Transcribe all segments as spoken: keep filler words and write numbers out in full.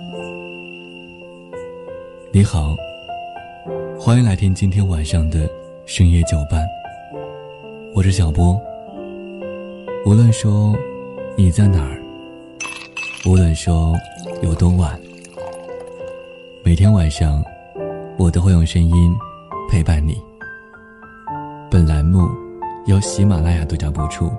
你好，欢迎来听今天晚上的深夜酒伴，我是小波。无论说你在哪儿，无论说有多晚，每天晚上我都会用声音陪伴你。本栏目由喜马拉雅独家播出。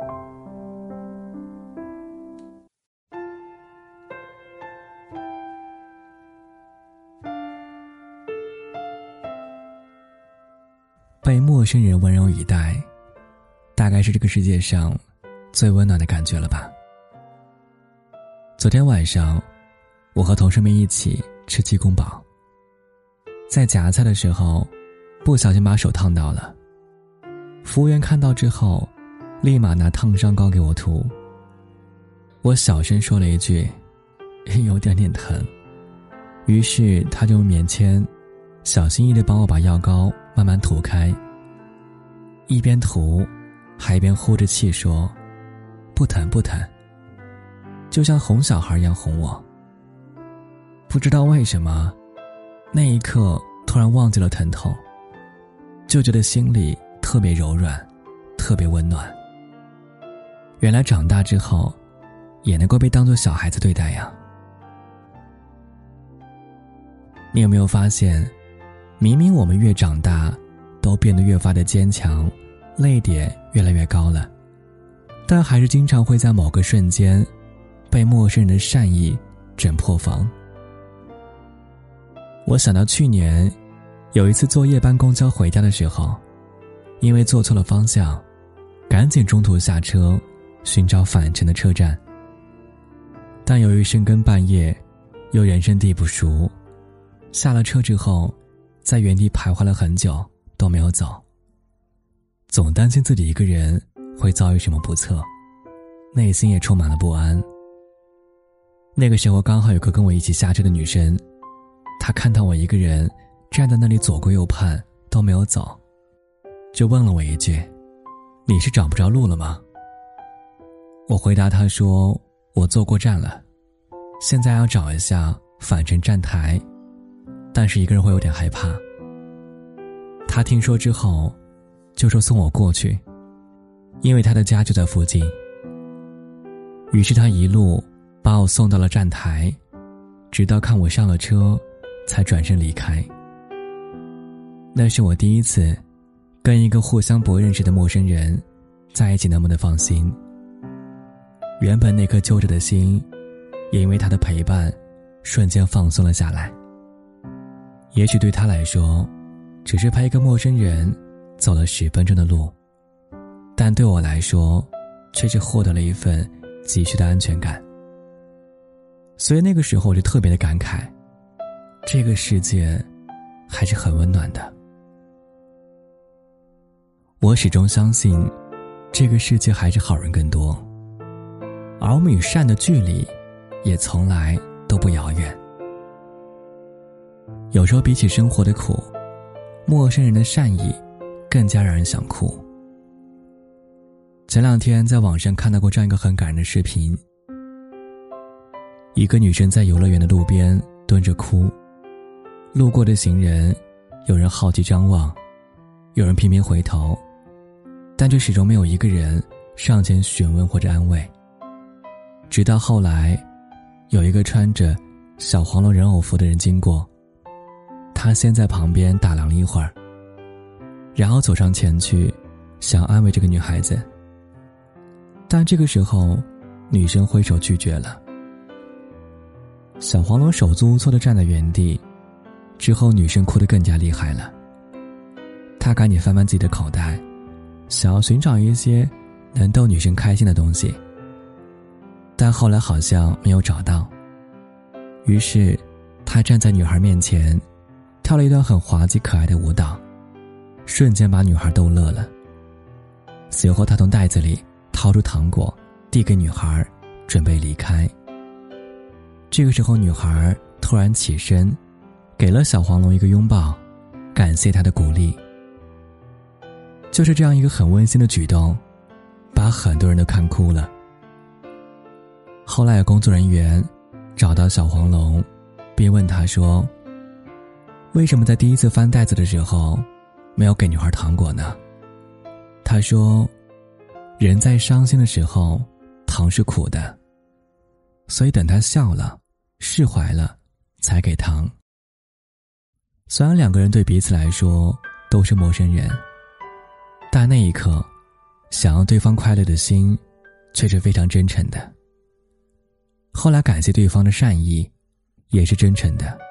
被陌生人温柔以待，大概是这个世界上最温暖的感觉了吧。昨天晚上我和同事们一起吃鸡公煲，在夹菜的时候不小心把手烫到了，服务员看到之后立马拿烫伤膏给我涂。我小声说了一句有点点疼，于是他就用棉签小心翼翼地帮我把药膏慢慢涂开，一边涂还一边呼着气说不疼不疼，就像哄小孩一样哄我。不知道为什么那一刻突然忘记了疼痛，就觉得心里特别柔软，特别温暖。原来长大之后也能够被当作小孩子对待呀。你有没有发现，明明我们越长大都变得越发的坚强，泪点越来越高了，但还是经常会在某个瞬间被陌生人的善意整破防。我想到去年有一次坐夜班公交回家的时候，因为坐错了方向，赶紧中途下车寻找返程的车站，但由于深更半夜又人生地不熟，下了车之后在原地徘徊了很久都没有走，总担心自己一个人会遭遇什么不测，内心也充满了不安。那个时候刚好有个跟我一起下车的女生，她看到我一个人站在那里左顾右盼都没有走，就问了我一句，你是找不着路了吗？我回答她说，我坐过站了，现在要找一下返程站台，但是一个人会有点害怕。她听说之后就说送我过去，因为她的家就在附近。于是她一路把我送到了站台，直到看我上了车才转身离开。那是我第一次跟一个互相不认识的陌生人在一起那么的放心。原本那颗揪着的心也因为他的陪伴瞬间放松了下来。也许对他来说只是陪一个陌生人走了十分钟的路，但对我来说却是获得了一份急需的安全感。所以那个时候我就特别的感慨，这个世界还是很温暖的。我始终相信这个世界还是好人更多，而我们与善的距离也从来都不遥远。有时候比起生活的苦，陌生人的善意更加让人想哭。前两天在网上看到过这样一个很感人的视频，一个女生在游乐园的路边蹲着哭，路过的行人有人好奇张望，有人频频回头，但却始终没有一个人上前询问或者安慰。直到后来有一个穿着小黄龙人偶服的人经过，他先在旁边打量了一会儿，然后走上前去想安慰这个女孩子，但这个时候女生挥手拒绝了。小黄龙手足无措地站在原地，之后女生哭得更加厉害了。她赶紧翻翻自己的口袋，想要寻找一些能逗女生开心的东西，但后来好像没有找到。于是她站在女孩面前跳了一段很滑稽可爱的舞蹈，瞬间把女孩逗乐了。随后她从袋子里掏出糖果递给女孩，准备离开。这个时候女孩突然起身给了小黄龙一个拥抱，感谢他的鼓励。就是这样一个很温馨的举动，把很多人都看哭了。后来有工作人员找到小黄龙，并问他说：为什么在第一次翻袋子的时候没有给女孩糖果呢？他说，人在伤心的时候糖是苦的，所以等他笑了释怀了才给糖。虽然两个人对彼此来说都是陌生人，但那一刻想要对方快乐的心却是非常真诚的。后来感谢对方的善意也是真诚的。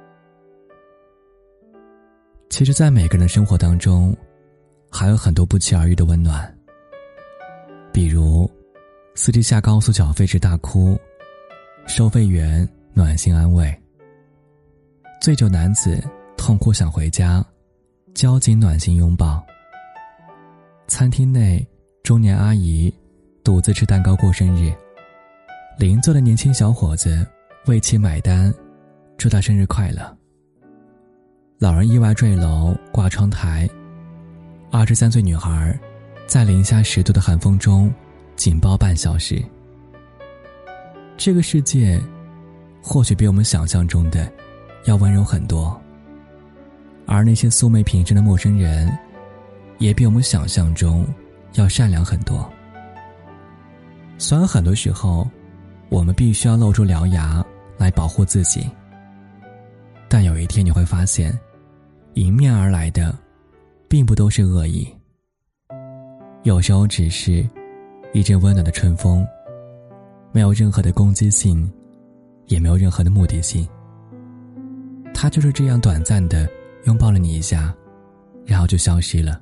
其实在每个人的生活当中还有很多不期而遇的温暖，比如司机下高速缴费时大哭，收费员暖心安慰；醉酒男子痛哭想回家，交警暖心拥抱；餐厅内中年阿姨独自吃蛋糕过生日，邻座的年轻小伙子为其买单，祝他生日快乐；老人意外坠楼挂窗台，二十三岁女孩在零下十度的寒风中紧抱半小时。这个世界或许比我们想象中的要温柔很多，而那些素昧平生的陌生人也比我们想象中要善良很多。虽然很多时候我们必须要露出獠牙来保护自己，但有一天你会发现，迎面而来的并不都是恶意，有时候只是一阵温暖的春风，没有任何的攻击性，也没有任何的目的性。它就是这样短暂的拥抱了你一下，然后就消失了。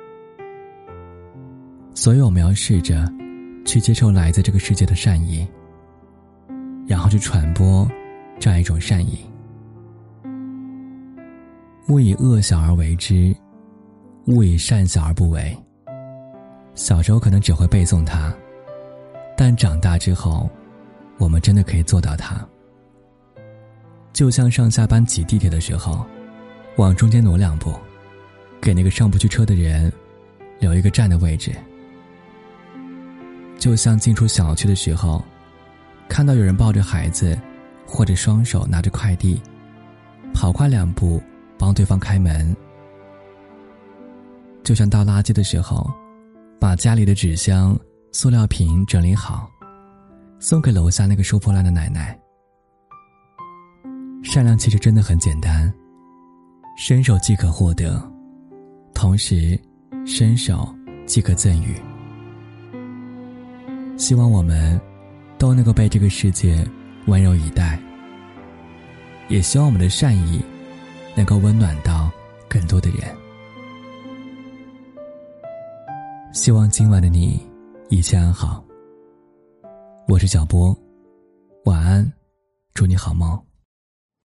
所以我们要试着去接受来自这个世界的善意，然后去传播这样一种善意。勿以恶小而为之，勿以善小而不为。小时候可能只会背诵它，但长大之后我们真的可以做到它。就像上下班挤地铁的时候，往中间挪两步，给那个上不去车的人留一个站的位置。就像进出小区的时候，看到有人抱着孩子或者双手拿着快递，跑快两步帮对方开门。就像倒垃圾的时候，把家里的纸箱、塑料瓶整理好，送给楼下那个收破烂的奶奶。善良其实真的很简单，伸手即可获得，同时伸手即可赠予。希望我们都能够被这个世界温柔以待，也希望我们的善意能够温暖到更多的人。希望今晚的你一切安好。我是小波，晚安，祝你好梦。